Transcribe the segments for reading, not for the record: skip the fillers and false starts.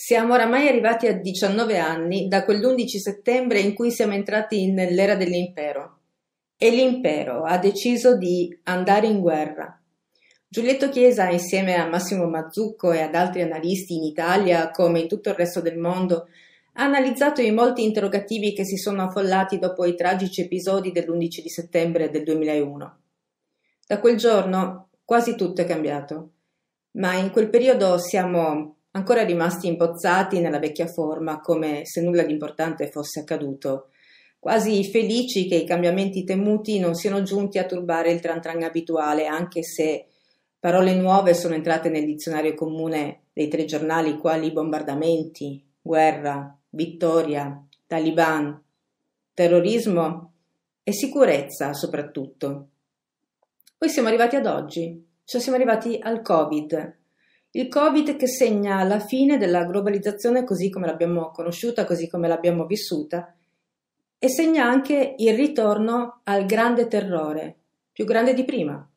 Siamo oramai arrivati a 19 anni da quell'11 settembre in cui siamo entrati nell'era dell'impero e l'impero ha deciso di andare in guerra. Giulietto Chiesa, insieme a Massimo Mazzucco e ad altri analisti in Italia come in tutto il resto del mondo, ha analizzato i molti interrogativi che si sono affollati dopo i tragici episodi dell'11 di settembre del 2001. Da quel giorno quasi tutto è cambiato, ma in quel periodo siamo ancora rimasti impozzati nella vecchia forma, come se nulla di importante fosse accaduto, quasi felici che i cambiamenti temuti non siano giunti a turbare il tran tran abituale, anche se parole nuove sono entrate nel dizionario comune dei telegiornali quali bombardamenti, guerra, vittoria, Taliban, terrorismo e sicurezza soprattutto. Poi siamo arrivati ad oggi, cioè siamo arrivati al Covid. Il Covid che segna la fine della globalizzazione così come l'abbiamo conosciuta, così come l'abbiamo vissuta, e segna anche il ritorno al grande terrore, più grande di prima.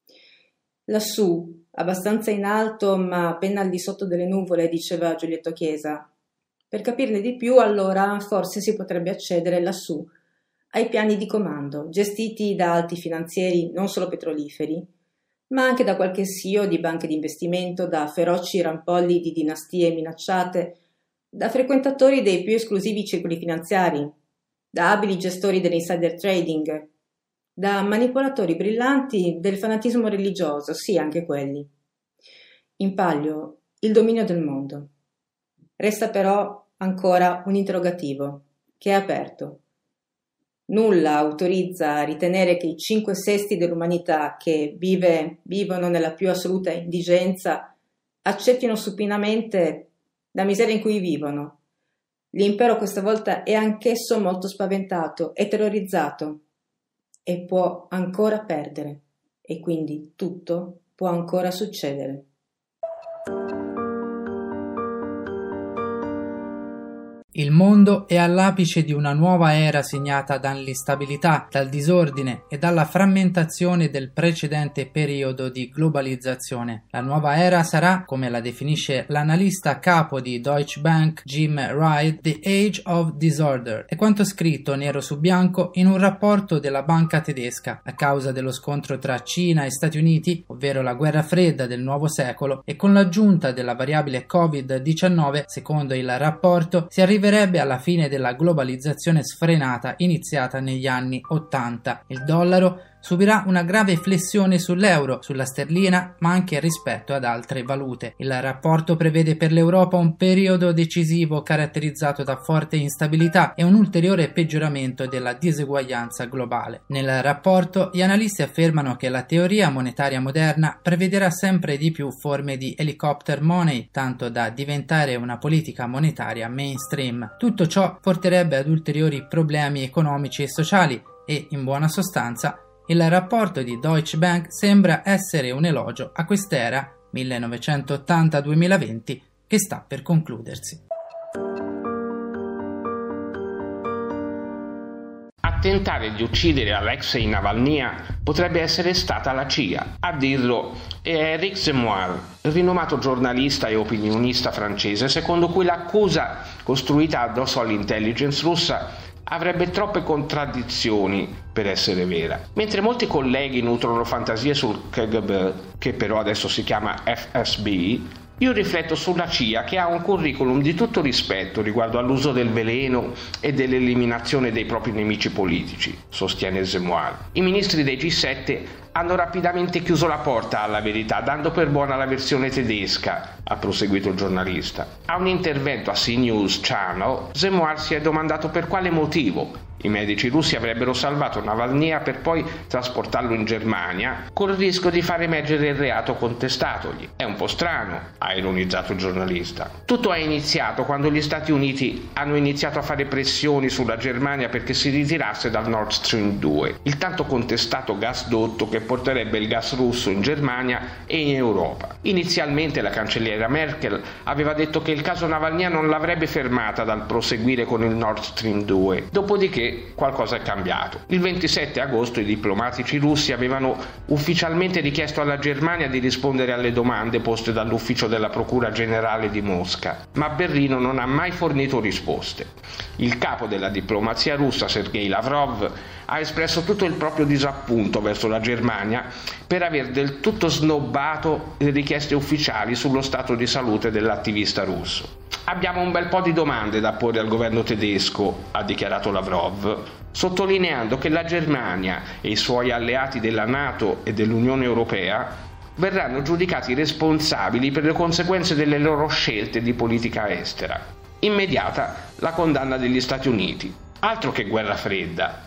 Lassù, abbastanza in alto ma appena al di sotto delle nuvole, diceva Giulietto Chiesa. Per capirne di più, allora, forse si potrebbe accedere lassù, ai piani di comando, gestiti da alti finanzieri non solo petroliferi, ma anche da qualche CEO di banche di investimento, da feroci rampolli di dinastie minacciate, da frequentatori dei più esclusivi circoli finanziari, da abili gestori dell'insider trading, da manipolatori brillanti del fanatismo religioso, sì, anche quelli. In palio il dominio del mondo. Resta però ancora un interrogativo, che è aperto. Nulla autorizza a ritenere che i 5/6 dell'umanità che vivono nella più assoluta indigenza accettino supinamente la miseria in cui vivono. L'impero questa volta è anch'esso molto spaventato e terrorizzato e può ancora perdere e quindi tutto può ancora succedere. Il mondo è all'apice di una nuova era segnata dall'instabilità, dal disordine e dalla frammentazione del precedente periodo di globalizzazione. La nuova era sarà, come la definisce l'analista capo di Deutsche Bank Jim Wright, The Age of Disorder. È quanto scritto nero su bianco in un rapporto della banca tedesca. A causa dello scontro tra Cina e Stati Uniti, ovvero la guerra fredda del nuovo secolo, e con l'aggiunta della variabile Covid-19, secondo il rapporto, si arriverà alla fine della globalizzazione sfrenata iniziata negli anni 80. Il dollaro subirà una grave flessione sull'euro, sulla sterlina, ma anche rispetto ad altre valute. Il rapporto prevede per l'Europa un periodo decisivo caratterizzato da forte instabilità e un ulteriore peggioramento della diseguaglianza globale. Nel rapporto gli analisti affermano che la teoria monetaria moderna prevederà sempre di più forme di helicopter money, tanto da diventare una politica monetaria mainstream. Tutto ciò porterebbe ad ulteriori problemi economici e sociali e, in buona sostanza, il rapporto di Deutsche Bank sembra essere un elogio a quest'era 1980-2020 che sta per concludersi. A tentare di uccidere Alexei Navalny potrebbe essere stata la CIA. A dirlo è Eric Zemmour, il rinomato giornalista e opinionista francese, secondo cui l'accusa costruita addosso all'intelligence russa avrebbe troppe contraddizioni per essere vera. Mentre molti colleghi nutrono fantasie sul KGB, che però adesso si chiama FSB, io rifletto sulla CIA, che ha un curriculum di tutto rispetto riguardo all'uso del veleno e dell'eliminazione dei propri nemici politici, sostiene Zemmour. I ministri dei G7 hanno rapidamente chiuso la porta alla verità, dando per buona la versione tedesca, ha proseguito il giornalista. A un intervento a CNews Channel, Zemmour si è domandato per quale motivo i medici russi avrebbero salvato Navalny per poi trasportarlo in Germania col rischio di far emergere il reato contestatogli. È un po' strano, ha ironizzato il giornalista. Tutto è iniziato quando gli Stati Uniti hanno iniziato a fare pressioni sulla Germania perché si ritirasse dal Nord Stream 2, il tanto contestato gasdotto che porterebbe il gas russo in Germania e in Europa. Inizialmente la cancelliera Merkel aveva detto che il caso Navalny non l'avrebbe fermata dal proseguire con il Nord Stream 2, dopodiché che qualcosa è cambiato. Il 27 agosto i diplomatici russi avevano ufficialmente richiesto alla Germania di rispondere alle domande poste dall'ufficio della Procura Generale di Mosca, ma Berlino non ha mai fornito risposte. Il capo della diplomazia russa, Sergei Lavrov, ha espresso tutto il proprio disappunto verso la Germania per aver del tutto snobbato le richieste ufficiali sullo stato di salute dell'attivista russo. Abbiamo un bel po' di domande da porre al governo tedesco, ha dichiarato Lavrov, sottolineando che la Germania e i suoi alleati della NATO e dell'Unione Europea verranno giudicati responsabili per le conseguenze delle loro scelte di politica estera. Immediata la condanna degli Stati Uniti. Altro che guerra fredda.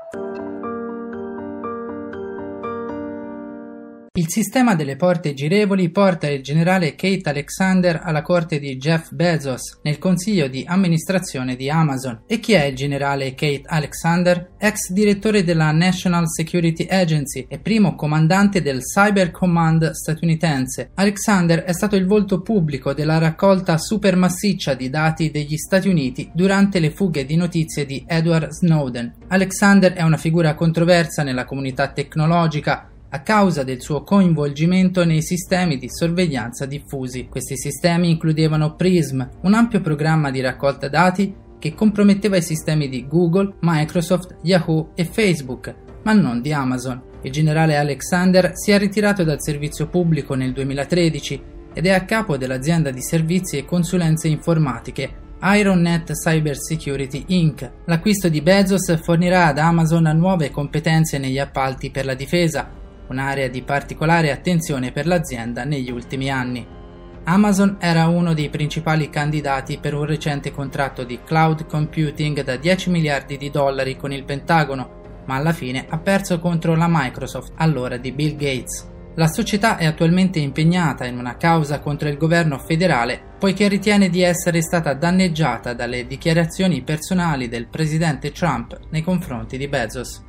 Il sistema delle porte girevoli porta il generale Keith Alexander alla corte di Jeff Bezos nel consiglio di amministrazione di Amazon. E chi è il generale Keith Alexander? Ex direttore della National Security Agency e primo comandante del Cyber Command statunitense. Alexander è stato il volto pubblico della raccolta supermassiccia di dati degli Stati Uniti durante le fughe di notizie di Edward Snowden. Alexander è una figura controversa nella comunità tecnologica a causa del suo coinvolgimento nei sistemi di sorveglianza diffusi. Questi sistemi includevano PRISM, un ampio programma di raccolta dati che comprometteva i sistemi di Google, Microsoft, Yahoo e Facebook, ma non di Amazon. Il generale Alexander si è ritirato dal servizio pubblico nel 2013 ed è a capo dell'azienda di servizi e consulenze informatiche IronNet Cybersecurity Inc. L'acquisto di Bezos fornirà ad Amazon nuove competenze negli appalti per la difesa, un'area di particolare attenzione per l'azienda negli ultimi anni. Amazon era uno dei principali candidati per un recente contratto di cloud computing da $10 miliardi con il Pentagono, ma alla fine ha perso contro la Microsoft, allora di Bill Gates. La società è attualmente impegnata in una causa contro il governo federale poiché ritiene di essere stata danneggiata dalle dichiarazioni personali del presidente Trump nei confronti di Bezos.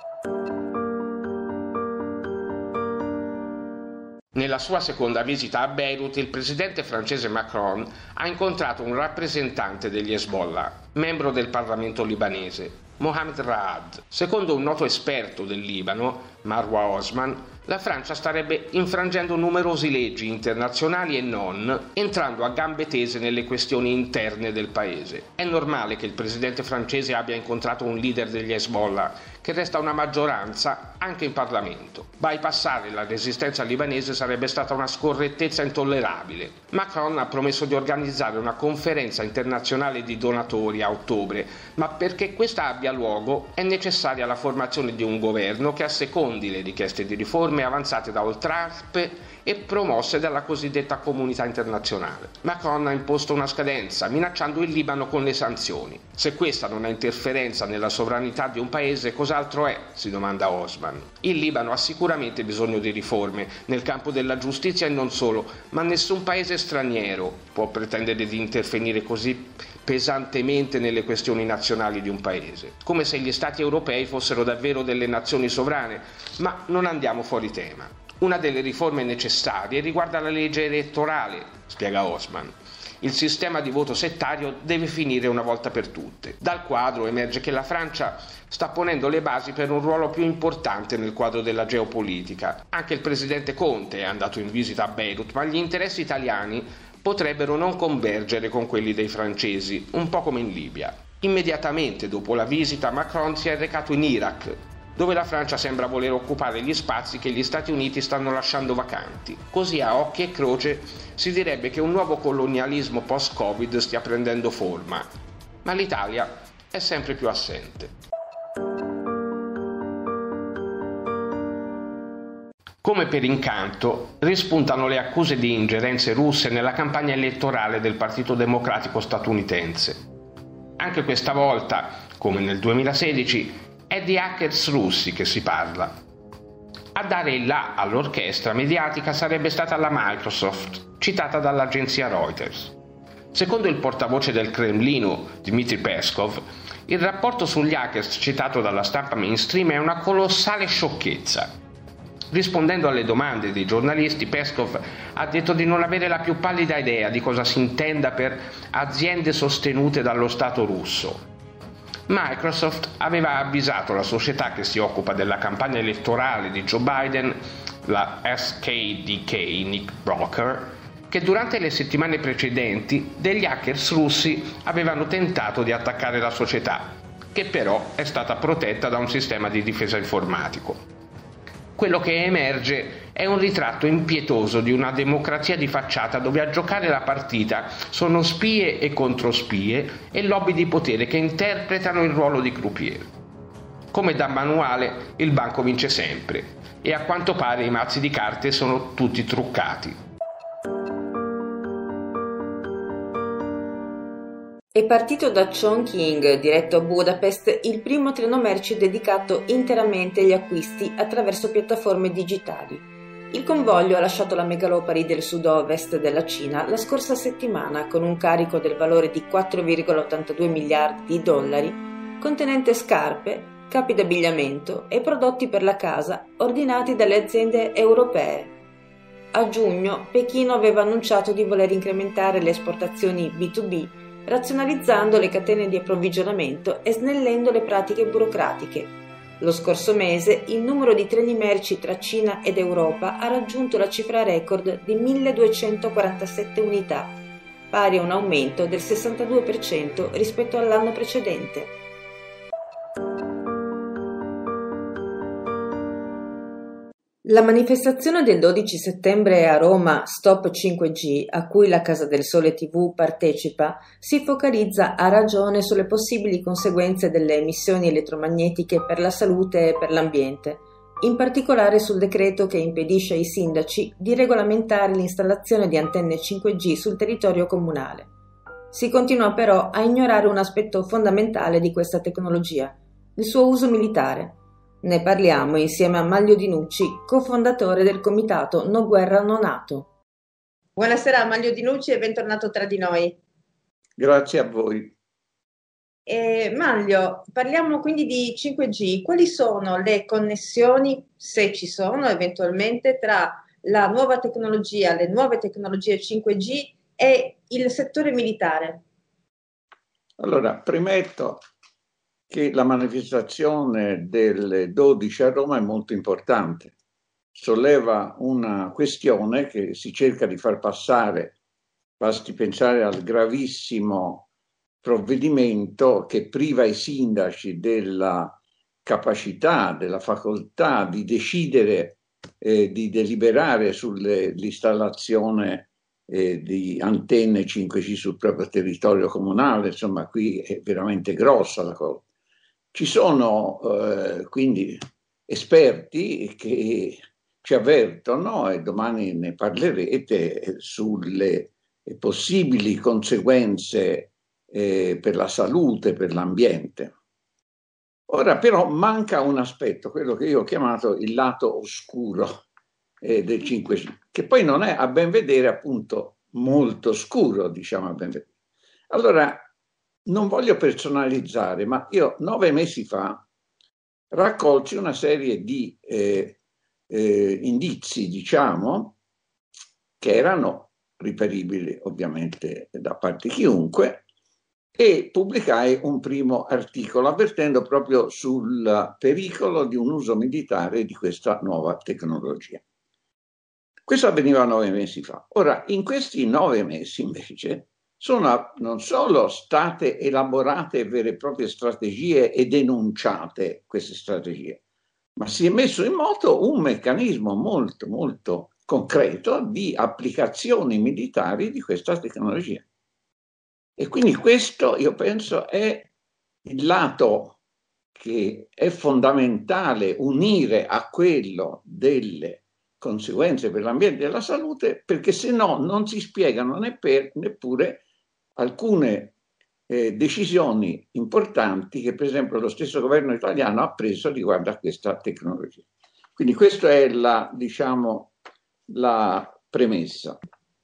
Nella sua seconda visita a Beirut, il presidente francese Macron ha incontrato un rappresentante degli Hezbollah, membro del Parlamento libanese, Mohamed Raad. Secondo un noto esperto del Libano, Marwa Osman, la Francia starebbe infrangendo numerose leggi internazionali e non, entrando a gambe tese nelle questioni interne del paese. È normale che il presidente francese abbia incontrato un leader degli Hezbollah, che resta una maggioranza anche in Parlamento. Bypassare la resistenza libanese sarebbe stata una scorrettezza intollerabile. Macron ha promesso di organizzare una conferenza internazionale di donatori a ottobre, ma perché questa abbia luogo è necessaria la formazione di un governo che assecondi le richieste di riforme avanzate da oltrarpe e promosse dalla cosiddetta comunità internazionale. Macron ha imposto una scadenza, minacciando il Libano con le sanzioni. Se questa non è interferenza nella sovranità di un paese, cos'altro è? Si domanda Osman. Il Libano ha sicuramente bisogno di riforme nel campo della giustizia e non solo, ma nessun paese straniero può pretendere di intervenire così pesantemente nelle questioni nazionali di un paese, come se gli stati europei fossero davvero delle nazioni sovrane, ma non andiamo fuori tema. Una delle riforme necessarie riguarda la legge elettorale, spiega Osman. Il sistema di voto settario deve finire una volta per tutte. Dal quadro emerge che la Francia sta ponendo le basi per un ruolo più importante nel quadro della geopolitica. Anche il presidente Conte è andato in visita a Beirut, ma gli interessi italiani potrebbero non convergere con quelli dei francesi, un po' come in Libia. Immediatamente dopo la visita, Macron si è recato in Iraq, dove la Francia sembra voler occupare gli spazi che gli Stati Uniti stanno lasciando vacanti. Così a occhi e croce si direbbe che un nuovo colonialismo post-Covid stia prendendo forma, ma l'Italia è sempre più assente. Come per incanto, rispuntano le accuse di ingerenze russe nella campagna elettorale del Partito Democratico statunitense. Anche questa volta, come nel 2016, è di hackers russi che si parla. A dare il là all'orchestra mediatica sarebbe stata la Microsoft, citata dall'agenzia Reuters. Secondo il portavoce del Cremlino, Dmitry Peskov, il rapporto sugli hackers citato dalla stampa mainstream è una colossale sciocchezza. Rispondendo alle domande dei giornalisti, Peskov ha detto di non avere la più pallida idea di cosa si intenda per aziende sostenute dallo Stato russo. Microsoft aveva avvisato la società che si occupa della campagna elettorale di Joe Biden, la SKDK Nick Broker, che durante le settimane precedenti degli hackers russi avevano tentato di attaccare la società, che però è stata protetta da un sistema di difesa informatico. Quello che emerge è un ritratto impietoso di una democrazia di facciata dove a giocare la partita sono spie e controspie e lobby di potere che interpretano il ruolo di croupier. Come da manuale, il banco vince sempre e a quanto pare i mazzi di carte sono tutti truccati. È partito da Chongqing, diretto a Budapest, il primo treno merci dedicato interamente agli acquisti attraverso piattaforme digitali. Il convoglio ha lasciato la megalopoli del sud-ovest della Cina la scorsa settimana con un carico del valore di 4,82 miliardi di dollari, contenente scarpe, capi d'abbigliamento e prodotti per la casa ordinati dalle aziende europee. A giugno Pechino aveva annunciato di voler incrementare le esportazioni B2B razionalizzando le catene di approvvigionamento e snellendo le pratiche burocratiche. Lo scorso mese il numero di treni merci tra Cina ed Europa ha raggiunto la cifra record di 1247 unità, pari a un aumento del 62% rispetto all'anno precedente. La manifestazione del 12 settembre a Roma Stop 5G, a cui la Casa del Sole TV partecipa, si focalizza a ragione sulle possibili conseguenze delle emissioni elettromagnetiche per la salute e per l'ambiente, in particolare sul decreto che impedisce ai sindaci di regolamentare l'installazione di antenne 5G sul territorio comunale. Si continua però a ignorare un aspetto fondamentale di questa tecnologia, il suo uso militare. Ne parliamo insieme a Manlio Dinucci, cofondatore del comitato No Guerra No NATO. Buonasera Manlio Dinucci e bentornato tra di noi. Grazie a voi. Manlio, parliamo quindi di 5G. Quali sono le connessioni, se ci sono eventualmente, tra la nuova tecnologia, le nuove tecnologie 5G e il settore militare? Allora, premetto che la manifestazione del 12 a Roma è molto importante. Solleva una questione che si cerca di far passare, basti pensare al gravissimo provvedimento che priva i sindaci della capacità, della facoltà di decidere, di deliberare sull'installazione di antenne 5G sul proprio territorio comunale. Insomma, qui è veramente grossa la cosa. Ci sono quindi esperti che ci avvertono, e domani ne parlerete, sulle possibili conseguenze per la salute, per l'ambiente. Ora però manca un aspetto, quello che io ho chiamato il lato oscuro del 5G, che poi non è a ben vedere appunto molto scuro, diciamo a ben vedere. Allora, non voglio personalizzare, ma io 9 mesi fa raccolsi una serie di indizi, diciamo, che erano riperibili ovviamente da parte di chiunque, e pubblicai un primo articolo avvertendo proprio sul pericolo di un uso militare di questa nuova tecnologia. Questo avveniva 9 mesi fa. Ora, in questi 9 mesi invece sono non solo state elaborate vere e proprie strategie e denunciate queste strategie, ma si è messo in moto un meccanismo molto, molto concreto di applicazioni militari di questa tecnologia. E quindi questo, io penso, è il lato che è fondamentale unire a quello delle conseguenze per l'ambiente e la salute, perché se no non si spiegano neppure alcune decisioni importanti che per esempio lo stesso governo italiano ha preso riguardo a questa tecnologia. Quindi questa è diciamo, la premessa.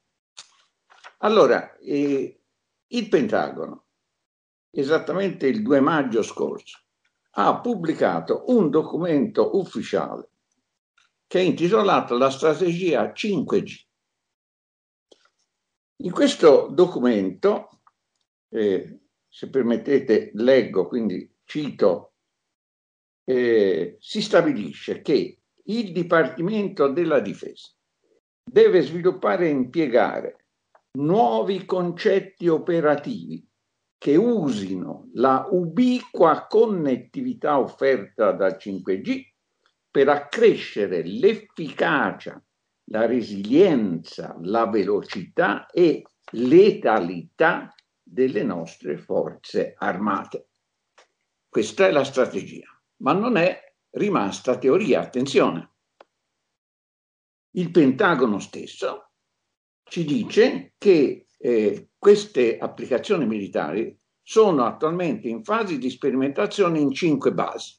Allora, il Pentagono, esattamente il 2 maggio scorso, ha pubblicato un documento ufficiale che è intitolato La strategia 5G. In questo documento se permettete leggo, quindi cito, si stabilisce che il Dipartimento della Difesa deve sviluppare e impiegare nuovi concetti operativi che usino la ubiqua connettività offerta da 5G per accrescere l'efficacia, la resilienza, la velocità e letalità delle nostre forze armate. Questa è la strategia, ma non è rimasta teoria, attenzione. Il Pentagono stesso ci dice che queste applicazioni militari sono attualmente in fase di sperimentazione in 5 basi.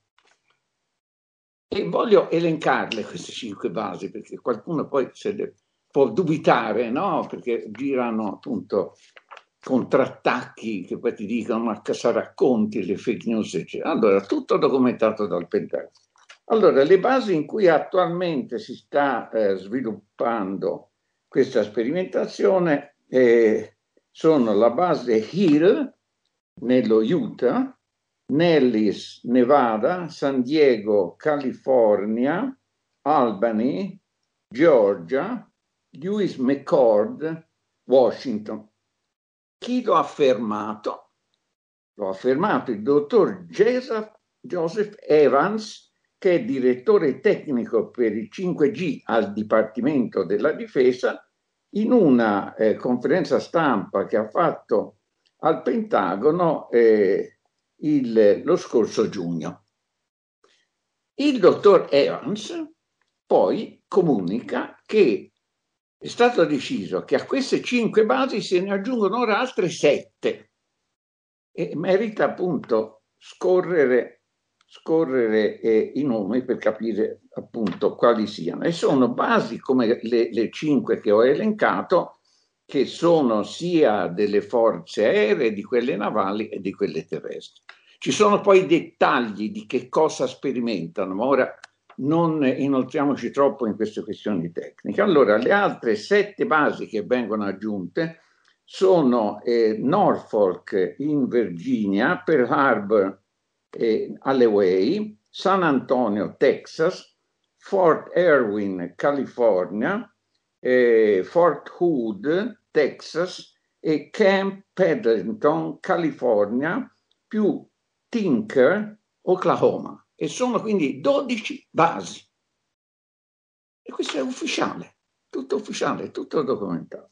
E voglio elencarle queste 5 basi, perché qualcuno poi può dubitare, no? Perché girano appunto contrattacchi che poi ti dicono ma cosa racconti, le fake news, eccetera. Allora, tutto documentato dal Pentagono. Allora, le basi in cui attualmente si sta sviluppando questa sperimentazione sono la base Hill nello Utah, Nellis, Nevada, San Diego, California, Albany, Georgia, Lewis McCord, Washington. Chi lo ha affermato? Lo ha affermato il dottor Joseph Evans, che è direttore tecnico per il 5G al Dipartimento della Difesa, in una conferenza stampa che ha fatto al Pentagono lo scorso giugno. Il dottor Evans poi comunica che è stato deciso che a queste 5 basi se ne aggiungono ora altre 7 e merita appunto scorrere i nomi per capire appunto quali siano. E sono basi come le 5 che ho elencato, che sono sia delle forze aeree, di quelle navali e di quelle terrestri. Ci sono poi dettagli di che cosa sperimentano, ma ora non inoltriamoci troppo in queste questioni tecniche. Allora, le altre 7 basi che vengono aggiunte sono Norfolk in Virginia, Pearl Harbor Alleway, San Antonio, Texas, Fort Irwin, California, Fort Hood, Texas e Camp Pendleton, California, più Tinker, Oklahoma. E sono quindi 12 basi. E questo è ufficiale, tutto documentato.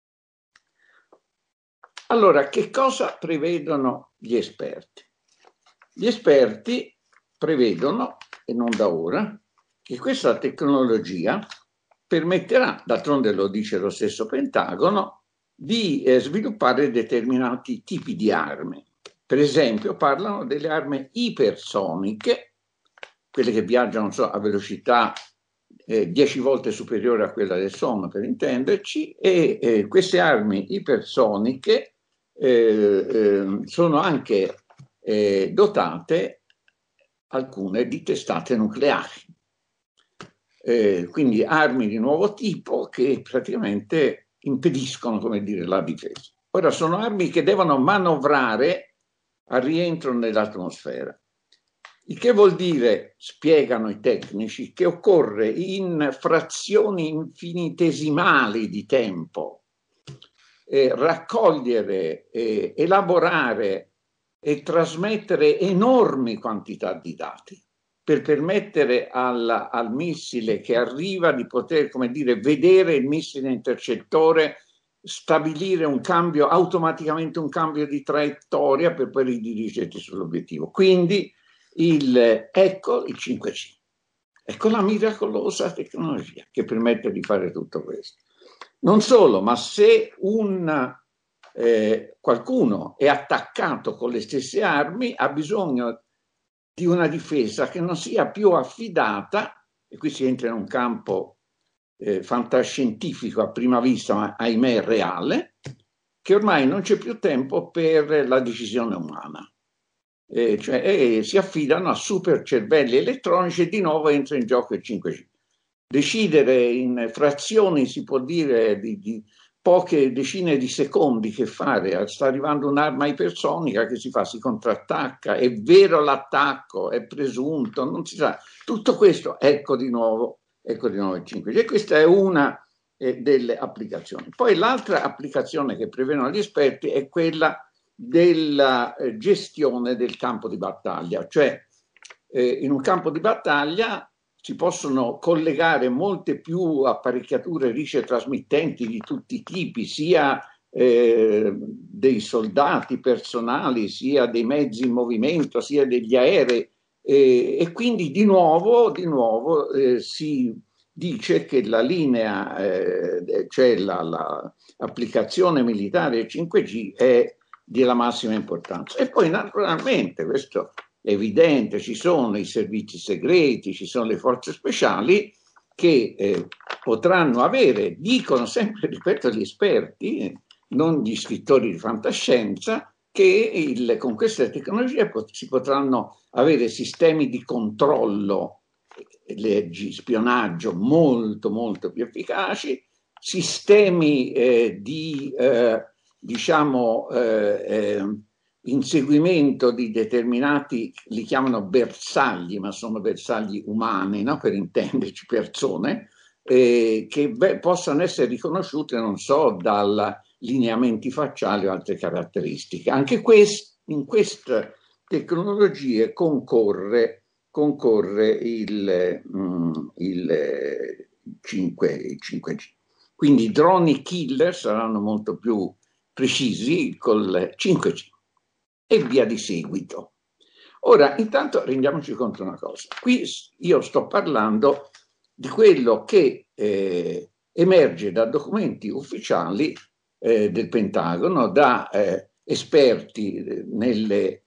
Allora, che cosa prevedono gli esperti? Gli esperti prevedono, e non da ora, che questa tecnologia permetterà, d'altronde lo dice lo stesso Pentagono, di sviluppare determinati tipi di armi. Per esempio, parlano delle armi ipersoniche, quelle che viaggiano a velocità 10 volte superiore a quella del suono, per intenderci, e queste armi ipersoniche sono anche dotate, alcune, di testate nucleari. Quindi armi di nuovo tipo che praticamente impediscono, come dire, la difesa. Ora sono armi che devono manovrare al rientro nell'atmosfera. Il che vuol dire, spiegano i tecnici, che occorre in frazioni infinitesimali di tempo raccogliere, elaborare e trasmettere enormi quantità di dati per permettere al missile che arriva di poter, come dire, vedere il missile intercettore, stabilire automaticamente un cambio di traiettoria per poi ridirigersi sull'obiettivo. Quindi ecco il 5G, ecco la miracolosa tecnologia che permette di fare tutto questo. Non solo, ma se qualcuno è attaccato con le stesse armi, ha bisogno di una difesa che non sia più affidata, e qui si entra in un campo fantascientifico a prima vista, ma ahimè reale, che ormai non c'è più tempo per la decisione umana. Si affidano a super cervelli elettronici e di nuovo entra in gioco il 5G. Decidere in frazioni, si può dire, poche decine di secondi che fare, sta arrivando un'arma ipersonica, che si fa? Si contrattacca, è vero l'attacco, è presunto, non si sa. Tutto questo, ecco di nuovo il 5G. E questa è una delle applicazioni. Poi l'altra applicazione che prevedono gli esperti è quella della gestione del campo di battaglia, cioè in un campo di battaglia si possono collegare molte più apparecchiature ricetrasmittenti di tutti i tipi, sia dei soldati personali, sia dei mezzi in movimento, sia degli aerei, e quindi di nuovo si dice che la linea, cioè l'applicazione militare 5G è della massima importanza. E poi naturalmente, questo è evidente, ci sono i servizi segreti, ci sono le forze speciali che potranno avere, dicono sempre, ripeto, gli esperti, non gli scrittori di fantascienza, che con queste tecnologie si potranno avere sistemi di controllo, leggi, spionaggio molto molto più efficaci, sistemi di inseguimento di determinati, li chiamano bersagli, ma sono bersagli umani, no? Per intenderci, persone, che possano essere riconosciute, non so, da lineamenti facciali o altre caratteristiche. Anche in queste tecnologie concorre il 5G. Quindi i droni killer saranno molto più precisi col 5G e via di seguito. Ora, intanto rendiamoci conto una cosa. Qui io sto parlando di quello che emerge da documenti ufficiali del Pentagono, da esperti nelle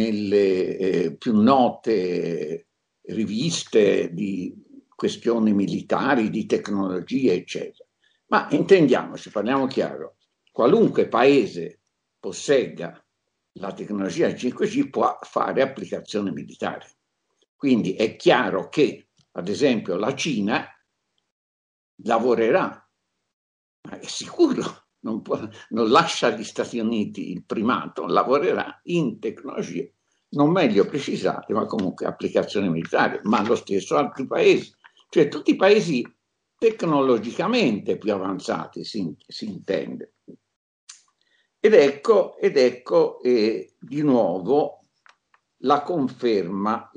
più note riviste di questioni militari, di tecnologie, eccetera. Ma intendiamoci, parliamo chiaro, qualunque paese possegga la tecnologia 5G può fare applicazione militare. Quindi è chiaro che, ad esempio, la Cina lavorerà, ma è sicuro, non lascia agli Stati Uniti il primato, lavorerà in tecnologie non meglio precisate, ma comunque applicazione militare, ma lo stesso altri paesi, cioè tutti i paesi tecnologicamente più avanzati, si intende. Ed ecco di nuovo la conferma,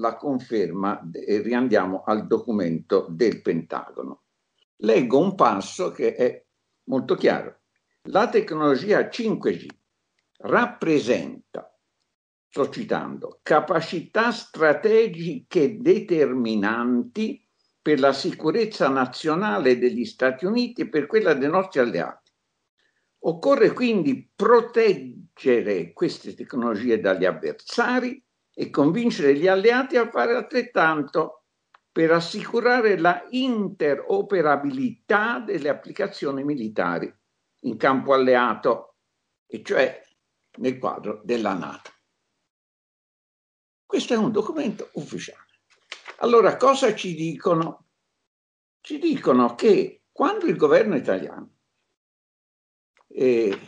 riandiamo al documento del Pentagono. Leggo un passo che è molto chiaro. La tecnologia 5G rappresenta, sto citando, capacità strategiche determinanti per la sicurezza nazionale degli Stati Uniti e per quella dei nostri alleati. Occorre quindi proteggere queste tecnologie dagli avversari e convincere gli alleati a fare altrettanto per assicurare la interoperabilità delle applicazioni militari in campo alleato, e cioè nel quadro della NATO. Questo è un documento ufficiale. Allora, cosa ci dicono? Ci dicono che quando il governo italiano e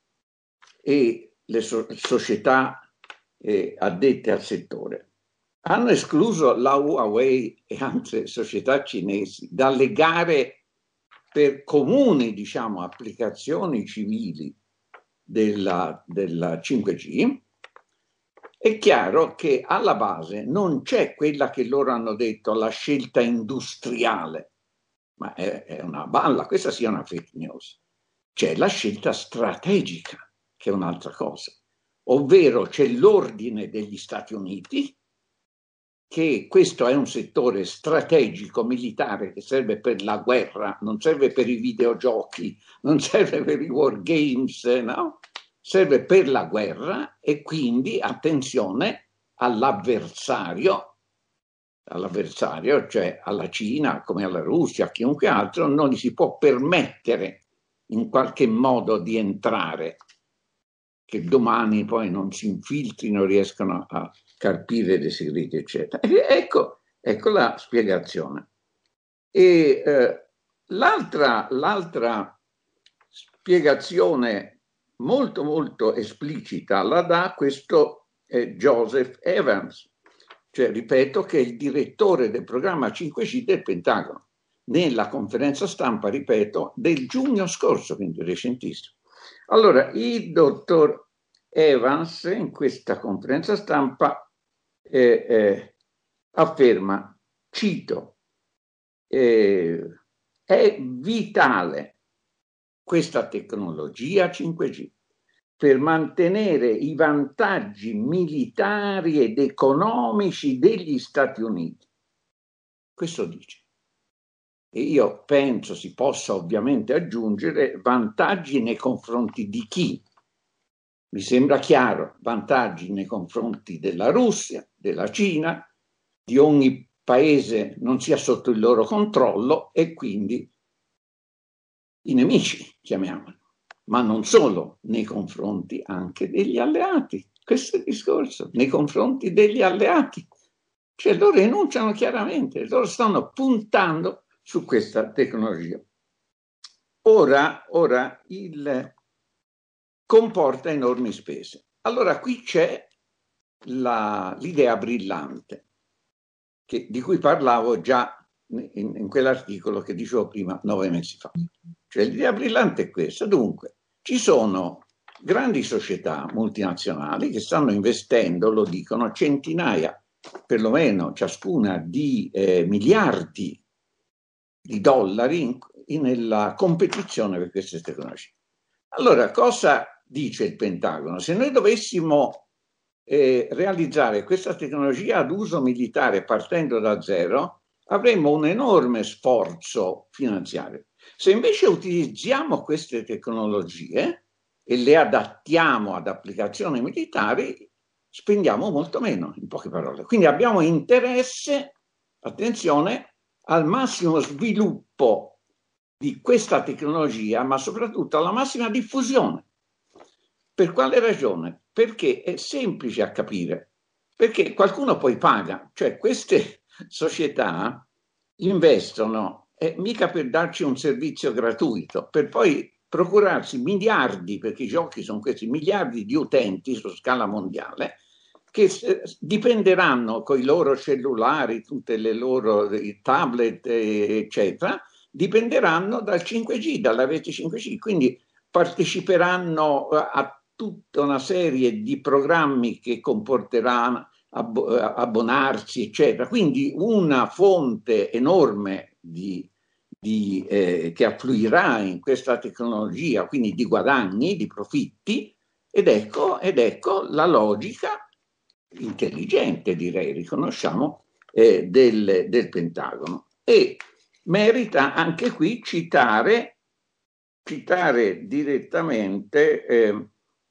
le società addette al settore hanno escluso la Huawei e altre società cinesi dalle gare per comuni, diciamo, applicazioni civili della 5G, è chiaro che alla base non c'è quella che loro hanno detto, la scelta industriale, ma è una balla, questa sia una fake news. C'è la scelta strategica, che è un'altra cosa, ovvero c'è l'ordine degli Stati Uniti, che questo è un settore strategico militare che serve per la guerra, non serve per i videogiochi, non serve per i war games, no? Serve per la guerra, e quindi attenzione all'avversario, cioè alla Cina, come alla Russia, a chiunque altro, non gli si può permettere in qualche modo di entrare, che domani poi non si infiltrino, riescano a carpire dei segreti, eccetera. Ecco la spiegazione. E l'altra spiegazione molto molto esplicita la dà questo Joseph Evans, cioè ripeto che è il direttore del programma 5G del Pentagono, nella conferenza stampa, ripeto, del giugno scorso, quindi recentissimo. Allora, il dottor Evans in questa conferenza stampa afferma, cito, è vitale questa tecnologia 5G per mantenere i vantaggi militari ed economici degli Stati Uniti. Questo dice. E io penso si possa ovviamente aggiungere vantaggi nei confronti di chi? Mi sembra chiaro, vantaggi nei confronti della Russia, della Cina, di ogni paese non sia sotto il loro controllo e quindi i nemici, chiamiamoli, ma non solo, nei confronti anche degli alleati. Questo è il discorso, nei confronti degli alleati. Cioè loro enunciano chiaramente, loro stanno puntando su questa tecnologia. Ora il comporta enormi spese. Allora qui c'è l'idea brillante di cui parlavo già in quell'articolo che dicevo prima 9 mesi fa. Cioè l'idea brillante è questa. Dunque, ci sono grandi società multinazionali che stanno investendo, lo dicono, centinaia, perlomeno ciascuna di miliardi di dollari nella competizione per queste tecnologie. Allora, cosa dice il Pentagono? Se noi dovessimo realizzare questa tecnologia ad uso militare partendo da zero, avremmo un enorme sforzo finanziario. Se invece utilizziamo queste tecnologie e le adattiamo ad applicazioni militari, spendiamo molto meno, in poche parole. Quindi abbiamo interesse, attenzione, al massimo sviluppo di questa tecnologia, ma soprattutto alla massima diffusione. Per quale ragione? Perché è semplice a capire, perché qualcuno poi paga, cioè queste società investono mica per darci un servizio gratuito, per poi procurarsi miliardi, perché i giochi sono questi, miliardi di utenti su scala mondiale, che dipenderanno con i loro cellulari, tutte le loro tablet, eccetera, dipenderanno dal 5G, dalla rete 5G, quindi parteciperanno a tutta una serie di programmi che comporteranno abbonarsi, eccetera. Quindi una fonte enorme che affluirà in questa tecnologia, quindi di guadagni, di profitti, ed ecco la logica intelligente, direi, riconosciamo, del Pentagono. E merita anche qui citare direttamente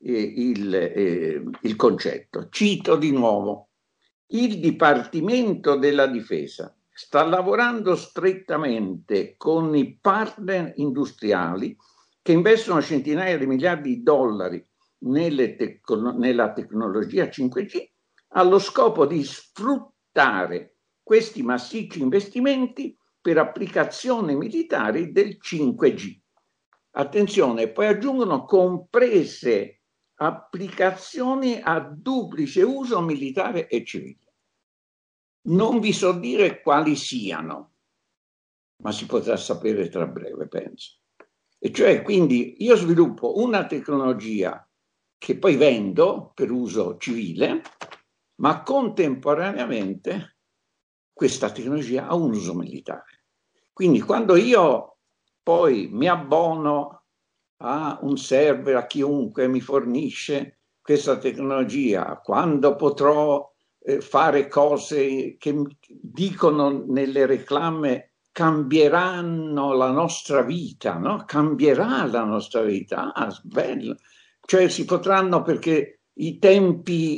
il concetto. Cito di nuovo: il Dipartimento della Difesa sta lavorando strettamente con i partner industriali che investono centinaia di miliardi di dollari nella tecnologia 5G allo scopo di sfruttare questi massicci investimenti per applicazioni militari del 5G. Attenzione, poi aggiungono comprese applicazioni a duplice uso militare e civile. Non vi so dire quali siano, ma si potrà sapere tra breve, penso. E cioè, quindi, io sviluppo una tecnologia che poi vendo per uso civile, ma contemporaneamente questa tecnologia ha un uso militare. Quindi quando io poi mi abbono a un server, a chiunque mi fornisce questa tecnologia, quando potrò fare cose che dicono nelle reclame cambieranno la nostra vita, no? Cambierà la nostra vita, bello. Cioè si potranno, perché i tempi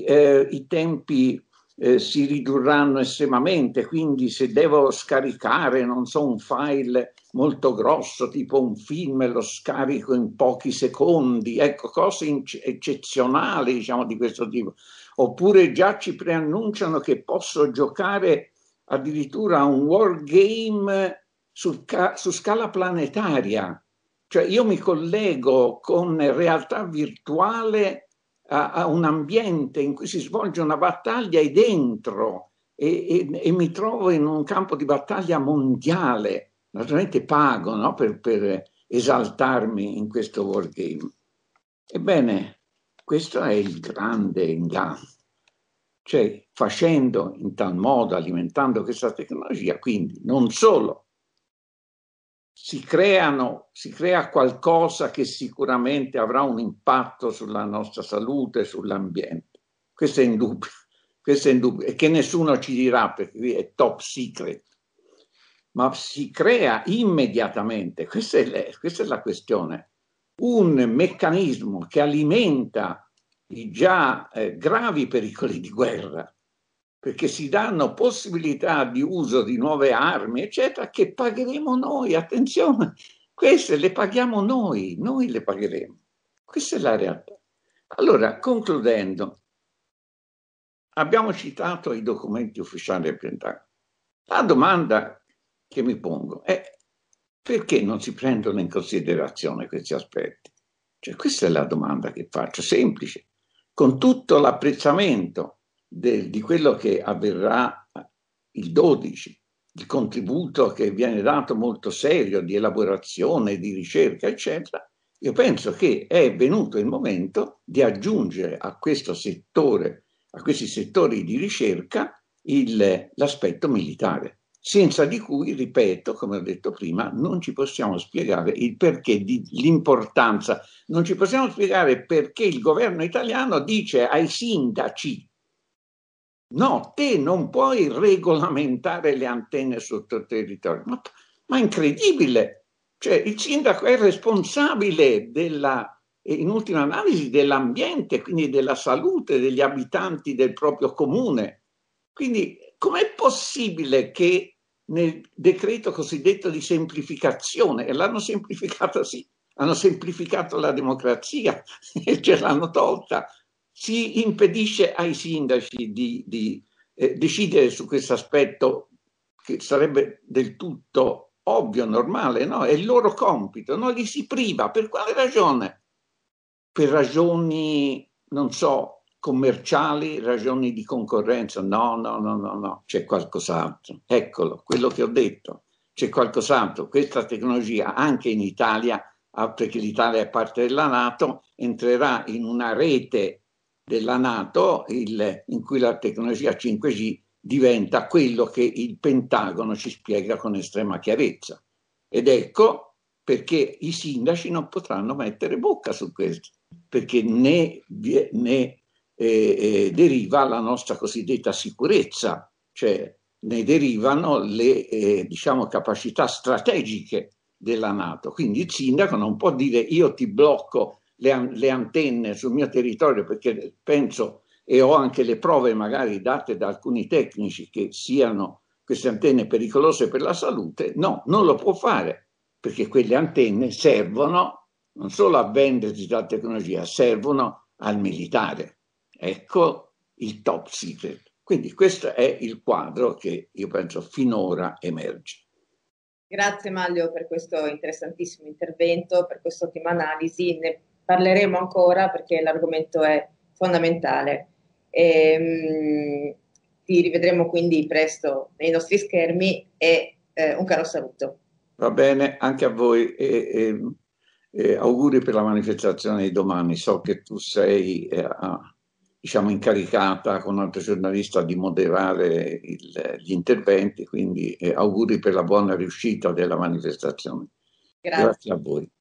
si ridurranno estremamente, quindi se devo scaricare, non so, un file molto grosso, tipo un film, lo scarico in pochi secondi, ecco, cose eccezionali, diciamo, di questo tipo. Oppure già ci preannunciano che posso giocare addirittura a un wargame su scala planetaria, Cioè io mi collego con realtà virtuale a un ambiente in cui si svolge una battaglia e dentro e mi trovo in un campo di battaglia mondiale. Naturalmente pago, no? per esaltarmi in questo wargame. Ebbene, questo è il grande inganno. Cioè, facendo in tal modo, alimentando questa tecnologia, quindi non solo si crea qualcosa che sicuramente avrà un impatto sulla nostra salute, sull'ambiente. Questo è indubbio, e che nessuno ci dirà perché qui è top secret. Ma si crea immediatamente, questa è la questione, un meccanismo che alimenta i già gravi pericoli di guerra, perché si danno possibilità di uso di nuove armi, eccetera, che pagheremo noi. Attenzione, queste le paghiamo noi le pagheremo. Questa è la realtà. Allora, concludendo, abbiamo citato i documenti ufficiali del Pentagono. La domanda che mi pongo è: perché non si prendono in considerazione questi aspetti? Cioè, questa è la domanda che faccio, semplice, con tutto l'apprezzamento di quello che avverrà il 12, il contributo che viene dato molto serio di elaborazione, di ricerca, eccetera. Io penso che è venuto il momento di aggiungere a questo settore, a questi settori di ricerca, l'aspetto militare, senza di cui, ripeto, come ho detto prima, non ci possiamo spiegare il perché l'importanza, non ci possiamo spiegare perché il governo italiano dice ai sindaci: no, te non puoi regolamentare le antenne sul tuo territorio. Ma è incredibile! Cioè, il sindaco è responsabile in ultima analisi, dell'ambiente, quindi della salute degli abitanti del proprio comune. Quindi, com'è possibile che nel decreto cosiddetto di semplificazione, e l'hanno semplificata, sì, hanno semplificato la democrazia e ce l'hanno tolta, si impedisce ai sindaci di decidere su questo aspetto che sarebbe del tutto ovvio, normale, no? È il loro compito, no? Li si priva. Per quale ragione? Per ragioni, non so, commerciali, ragioni di concorrenza? No, c'è qualcos'altro. Eccolo, quello che ho detto. C'è qualcos'altro. Questa tecnologia anche in Italia, perché l'Italia è parte della NATO, entrerà in una rete della NATO in cui la tecnologia 5G diventa quello che il Pentagono ci spiega con estrema chiarezza. Ed ecco perché i sindaci non potranno mettere bocca su questo, perché ne deriva la nostra cosiddetta sicurezza, cioè ne derivano le diciamo capacità strategiche della NATO. Quindi il sindaco non può dire: io ti blocco le antenne sul mio territorio perché penso, e ho anche le prove magari date da alcuni tecnici, che siano queste antenne pericolose per la salute. No, non lo può fare, perché quelle antenne servono non solo a vendersi la tecnologia, servono al militare. Ecco il top secret. Quindi questo è il quadro che io penso finora emerge. Grazie Maglio per questo interessantissimo intervento, per quest'ottima analisi. Ne parleremo ancora perché l'argomento è fondamentale. Ti rivedremo quindi presto nei nostri schermi e un caro saluto. Va bene, anche a voi e auguri per la manifestazione di domani. So che tu sei diciamo incaricata con un altro giornalista di moderare gli interventi, quindi auguri per la buona riuscita della manifestazione. Grazie a voi.